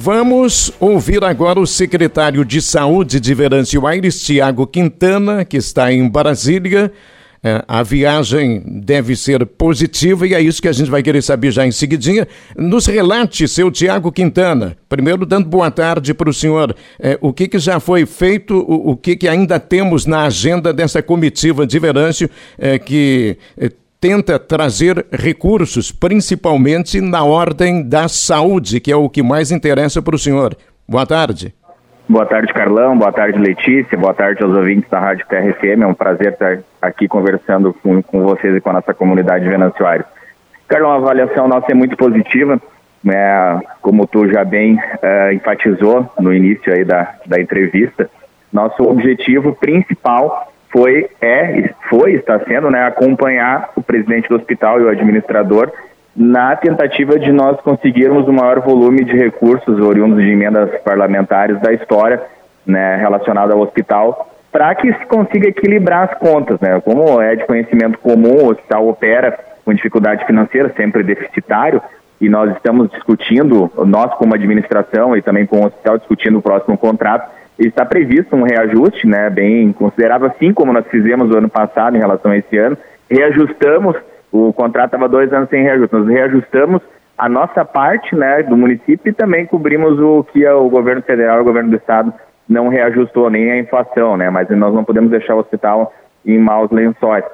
Vamos ouvir agora o secretário de Saúde de Venâncio Aires, Tiago Quintana, que está em Brasília. A viagem deve ser positiva e é isso que a gente vai querer saber já em seguidinha. Nos relate, seu Tiago Quintana, primeiro dando boa tarde para o senhor. O que já foi feito, o que ainda temos na agenda dessa comitiva de Venâncio que tenta trazer recursos, principalmente na ordem da saúde, que é o que mais interessa para o senhor. Boa tarde. Boa tarde, Carlão. Boa tarde, Letícia. Boa tarde aos ouvintes da Rádio Terra FM. É um prazer estar aqui conversando com vocês e com a nossa comunidade de Venâncio Aires. Carlão, a avaliação nossa é muito positiva, né? Como tu já bem enfatizou no início aí da entrevista, nosso objetivo principal foi e está sendo, né, acompanhar o presidente do hospital e o administrador na tentativa de nós conseguirmos o maior volume de recursos oriundos de emendas parlamentares da história, né, relacionada ao hospital, para que se consiga equilibrar as contas, né? Como é de conhecimento comum, o hospital opera com dificuldade financeira, sempre deficitário, e nós estamos discutindo, nós como administração e também com o hospital, discutindo o próximo contrato. Está previsto um reajuste, né, bem considerável, assim como nós fizemos o ano passado em relação a esse ano. Reajustamos, o contrato estava 2 anos sem reajuste, nós reajustamos a nossa parte, né, do município e também cobrimos o que o governo federal e o governo do estado não reajustou, nem a inflação, né, mas nós não podemos deixar o hospital em maus lençóis.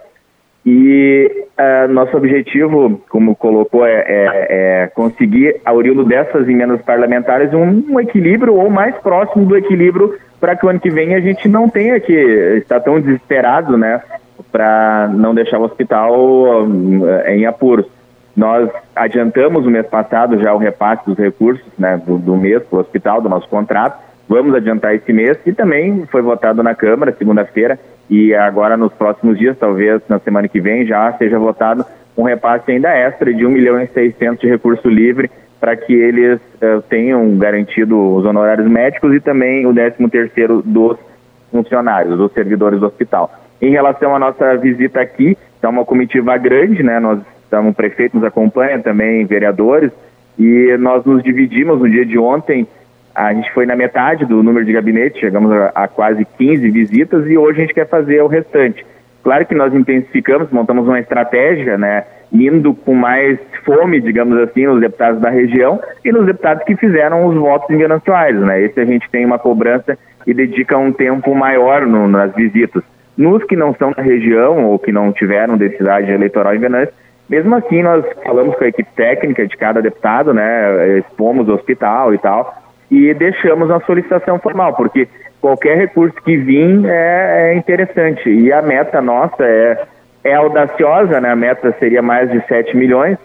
E nosso objetivo, como colocou, é conseguir, a oriundo dessas emendas parlamentares, um equilíbrio ou mais próximo do equilíbrio para que o ano que vem a gente não tenha que estar tão desesperado, né, para não deixar o hospital em apuros. Nós adiantamos o mês passado já o repasse dos recursos, né, do mês para o hospital, do nosso contrato. Vamos adiantar esse mês e também foi votado na Câmara segunda-feira e agora nos próximos dias, talvez na semana que vem, já seja votado um repasse ainda extra de 1.600.000 de recurso livre para que eles tenham garantido os honorários médicos e também o 13º dos funcionários, dos servidores do hospital. Em relação à nossa visita aqui, é uma comitiva grande, né? Nós estamos, o prefeito nos acompanha, também vereadores, e nós nos dividimos no dia de ontem. A gente foi na metade do número de gabinete, chegamos a quase 15 visitas e hoje a gente quer fazer o restante. Claro que nós intensificamos, montamos uma estratégia, né, indo com mais fome, digamos assim, nos deputados da região e nos deputados que fizeram os votos em Venâncio Aires, né. Esse a gente tem uma cobrança e dedica um tempo maior nas visitas. Nos que não são da região ou que não tiveram densidade eleitoral em Venâncio, mesmo assim nós falamos com a equipe técnica de cada deputado, né, expomos o hospital e tal, e deixamos uma solicitação formal, porque qualquer recurso que vir é interessante. E a meta nossa é audaciosa, né? A meta seria mais de 7 milhões.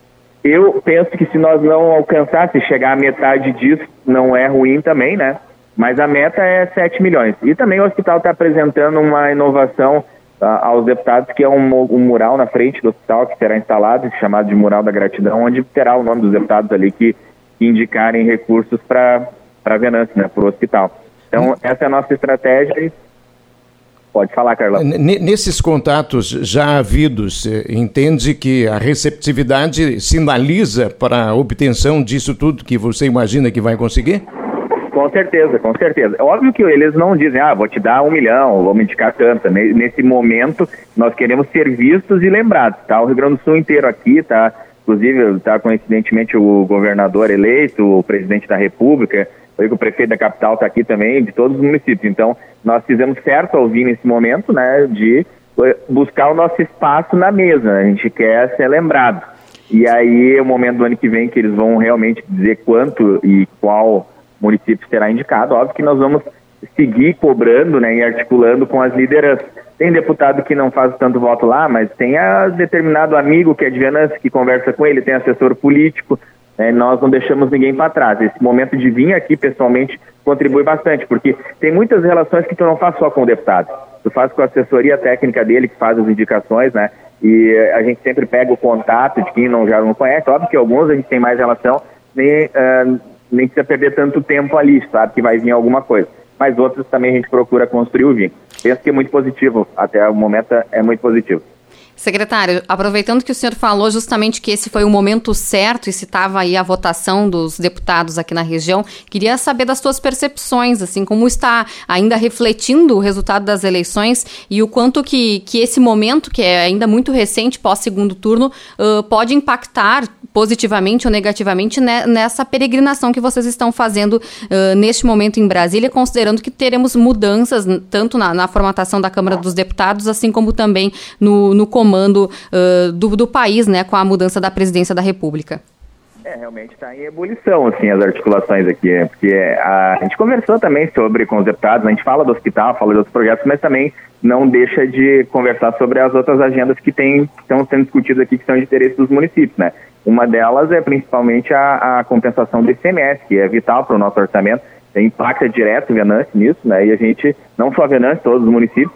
Eu penso que se nós não alcançássemos, chegar à metade disso, não é ruim também, né? Mas a meta é 7 milhões. E também o hospital está apresentando uma inovação aos deputados, que é um mural na frente do hospital que será instalado, chamado de Mural da Gratidão, onde terá o nome dos deputados ali que indicarem recursos para Venâncio, né, para o hospital. Então, essa é a nossa estratégia. Pode falar, Carlão. Nesses contatos já havidos, entende que a receptividade sinaliza para a obtenção disso tudo que você imagina que vai conseguir? Com certeza, com certeza. É óbvio que eles não dizem, vou te dar 1 milhão, vou me indicar tanto. Nesse momento, nós queremos ser vistos e lembrados, tá? O Rio Grande do Sul inteiro aqui, tá? Inclusive, está coincidentemente o governador eleito, o presidente da República, o prefeito da capital está aqui também, de todos os municípios. Então, nós fizemos certo ao vir nesse momento, né, de buscar o nosso espaço na mesa. A gente quer ser lembrado. E aí, é o momento do ano que vem que eles vão realmente dizer quanto e qual município será indicado. Óbvio que nós vamos seguir cobrando, né, e articulando com as lideranças. Tem deputado que não faz tanto voto lá, mas tem determinado amigo que é de Venâncio, que conversa com ele, tem assessor político, né? Nós não deixamos ninguém para trás. Esse momento de vir aqui pessoalmente contribui bastante, porque tem muitas relações que tu não faz só com o deputado, tu faz com a assessoria técnica dele, que faz as indicações, né? E a gente sempre pega o contato de quem já não conhece. Óbvio que alguns a gente tem mais relação, nem precisa perder tanto tempo ali, sabe que vai vir alguma coisa. Mas outros também a gente procura construir o vínculo. Penso que é muito positivo, até o momento é muito positivo. Secretário, aproveitando que o senhor falou justamente que esse foi o momento certo e citava aí a votação dos deputados aqui na região, queria saber das suas percepções, assim, como está ainda refletindo o resultado das eleições e o quanto que esse momento, que é ainda muito recente, pós-segundo turno, pode impactar positivamente ou negativamente nessa peregrinação que vocês estão fazendo neste momento em Brasília, considerando que teremos mudanças tanto na formatação da Câmara dos Deputados, assim como também no comando do país, né, com a mudança da presidência da República. Realmente está em ebulição, assim, as articulações aqui, porque a gente conversou também com os deputados, a gente fala do hospital, fala de outros projetos, mas também não deixa de conversar sobre as outras agendas que estão sendo discutidas aqui, que são de interesse dos municípios, né? Uma delas é principalmente a compensação do ICMS, que é vital para o nosso orçamento, impacta direto o Venâncio nisso, né? E a gente, não só a Venâncio, todos os municípios,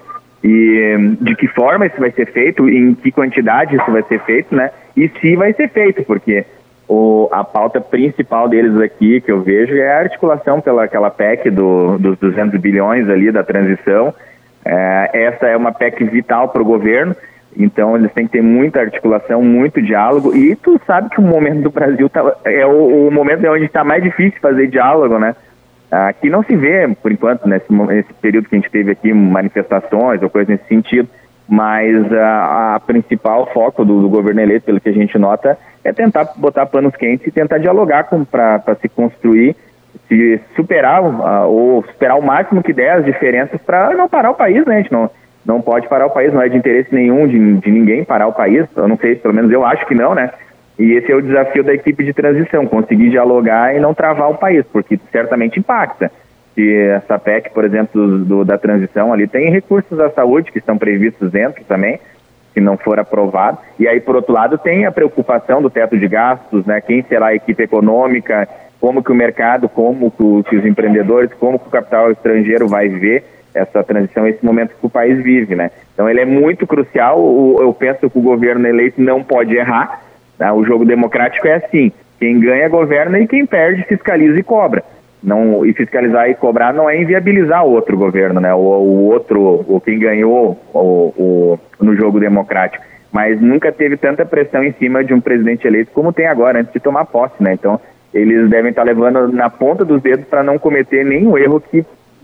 e de que forma isso vai ser feito, em que quantidade isso vai ser feito, né? E se vai ser feito, porque a pauta principal deles aqui, que eu vejo, é a articulação pelaquela PEC dos 200 bilhões ali da transição. Essa é uma PEC vital para o governo, então eles têm que ter muita articulação, muito diálogo, e tu sabe que o momento do Brasil é o momento onde está mais difícil fazer diálogo, né? Aqui não se vê, por enquanto, nesse período que a gente teve aqui, manifestações ou coisas nesse sentido, mas a principal foco do governo eleito, pelo que a gente nota, é tentar botar panos quentes e tentar dialogar para se construir, se superar ou superar o máximo que der as diferenças para não parar o país, né? A gente não pode parar o país, não é de interesse nenhum de ninguém parar o país, eu não sei, pelo menos eu acho que não, né? E esse é o desafio da equipe de transição, conseguir dialogar e não travar o país, porque certamente impacta. Se essa PEC, por exemplo, da transição ali, tem recursos da saúde que estão previstos dentro também, se não for aprovado. E aí, por outro lado, tem a preocupação do teto de gastos, né? Quem será a equipe econômica, como que o mercado, como que os empreendedores, como que o capital estrangeiro vai ver essa transição, esse momento que o país vive, né? Então, ele é muito crucial. Eu penso que o governo eleito não pode errar. Tá? O jogo democrático é assim, quem ganha governa e quem perde fiscaliza e cobra. E fiscalizar e cobrar não é inviabilizar o outro governo, né? Ou quem ganhou no jogo democrático. Mas nunca teve tanta pressão em cima de um presidente eleito como tem agora, antes de tomar posse, né? Então, eles devem estar levando na ponta dos dedos para não cometer nenhum erro que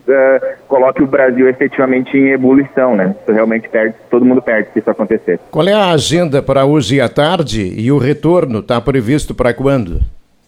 coloque o Brasil efetivamente em ebulição, né? Isso realmente todo mundo perde se isso acontecer. Qual é a agenda para hoje à tarde e o retorno está previsto para quando?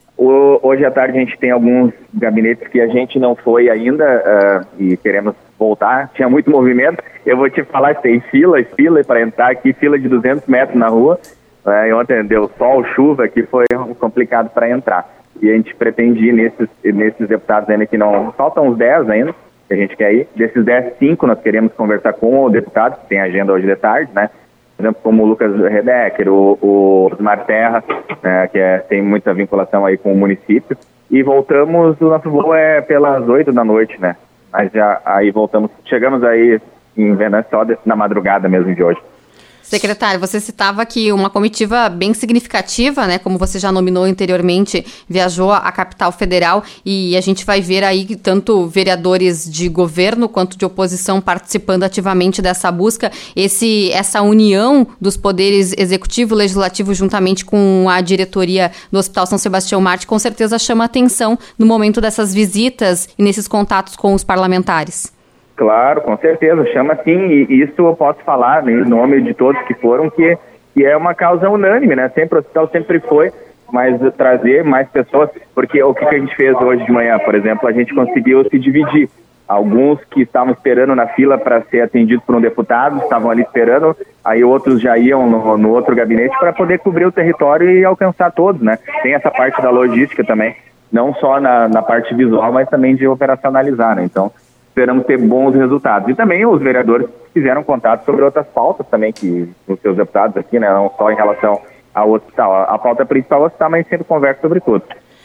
Hoje à tarde a gente tem alguns gabinetes que a gente não foi ainda e queremos voltar. Tinha muito movimento. Eu vou te falar, tem fila para entrar aqui, fila de 200 metros na rua. E ontem deu sol, chuva, que foi complicado para entrar. E a gente pretende ir nesses deputados ainda que não... Faltam uns 10 ainda, que a gente quer ir. Desses 10, 5 nós queremos conversar com o deputado, que tem agenda hoje de tarde, né? Por exemplo, como o Lucas Redecker, o Osmar Terra, que tem muita vinculação aí com o município. E voltamos, o nosso voo é pelas 8 da noite, né? Mas aí voltamos, chegamos aí em Venâncio só na madrugada mesmo de hoje. Secretário, você citava que uma comitiva bem significativa, né, como você já nominou anteriormente, viajou à capital federal e a gente vai ver aí tanto vereadores de governo quanto de oposição participando ativamente dessa busca. Essa união dos poderes executivo e legislativo juntamente com a diretoria do Hospital São Sebastião Marte com certeza chama atenção no momento dessas visitas e nesses contatos com os parlamentares. Claro, com certeza, chama sim, e isso eu posso falar, né, em nome de todos que foram, que é uma causa unânime, né, o hospital sempre foi, mas trazer mais pessoas, porque o que a gente fez hoje de manhã, por exemplo, a gente conseguiu se dividir, alguns que estavam esperando na fila para ser atendidos por um deputado, estavam ali esperando, aí outros já iam no outro gabinete para poder cobrir o território e alcançar todos, né, tem essa parte da logística também, não só na parte visual, mas também de operacionalizar, né, então... Esperamos ter bons resultados. E também os vereadores fizeram contato sobre outras pautas também, que os seus deputados aqui, né, não só em relação ao hospital. A pauta principal é o hospital, mas sempre conversa sobre tudo.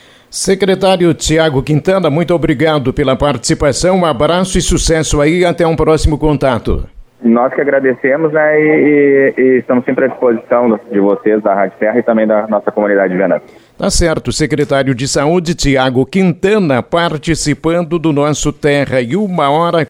Secretário Tiago Quintana, muito obrigado pela participação, um abraço e sucesso aí, até um próximo contato. Nós que agradecemos, né, e estamos sempre à disposição de vocês, da Rádio Terra e também da nossa comunidade de Venâncio. Tá certo, secretário de Saúde Tiago Quintana participando do nosso Terra e 1 hora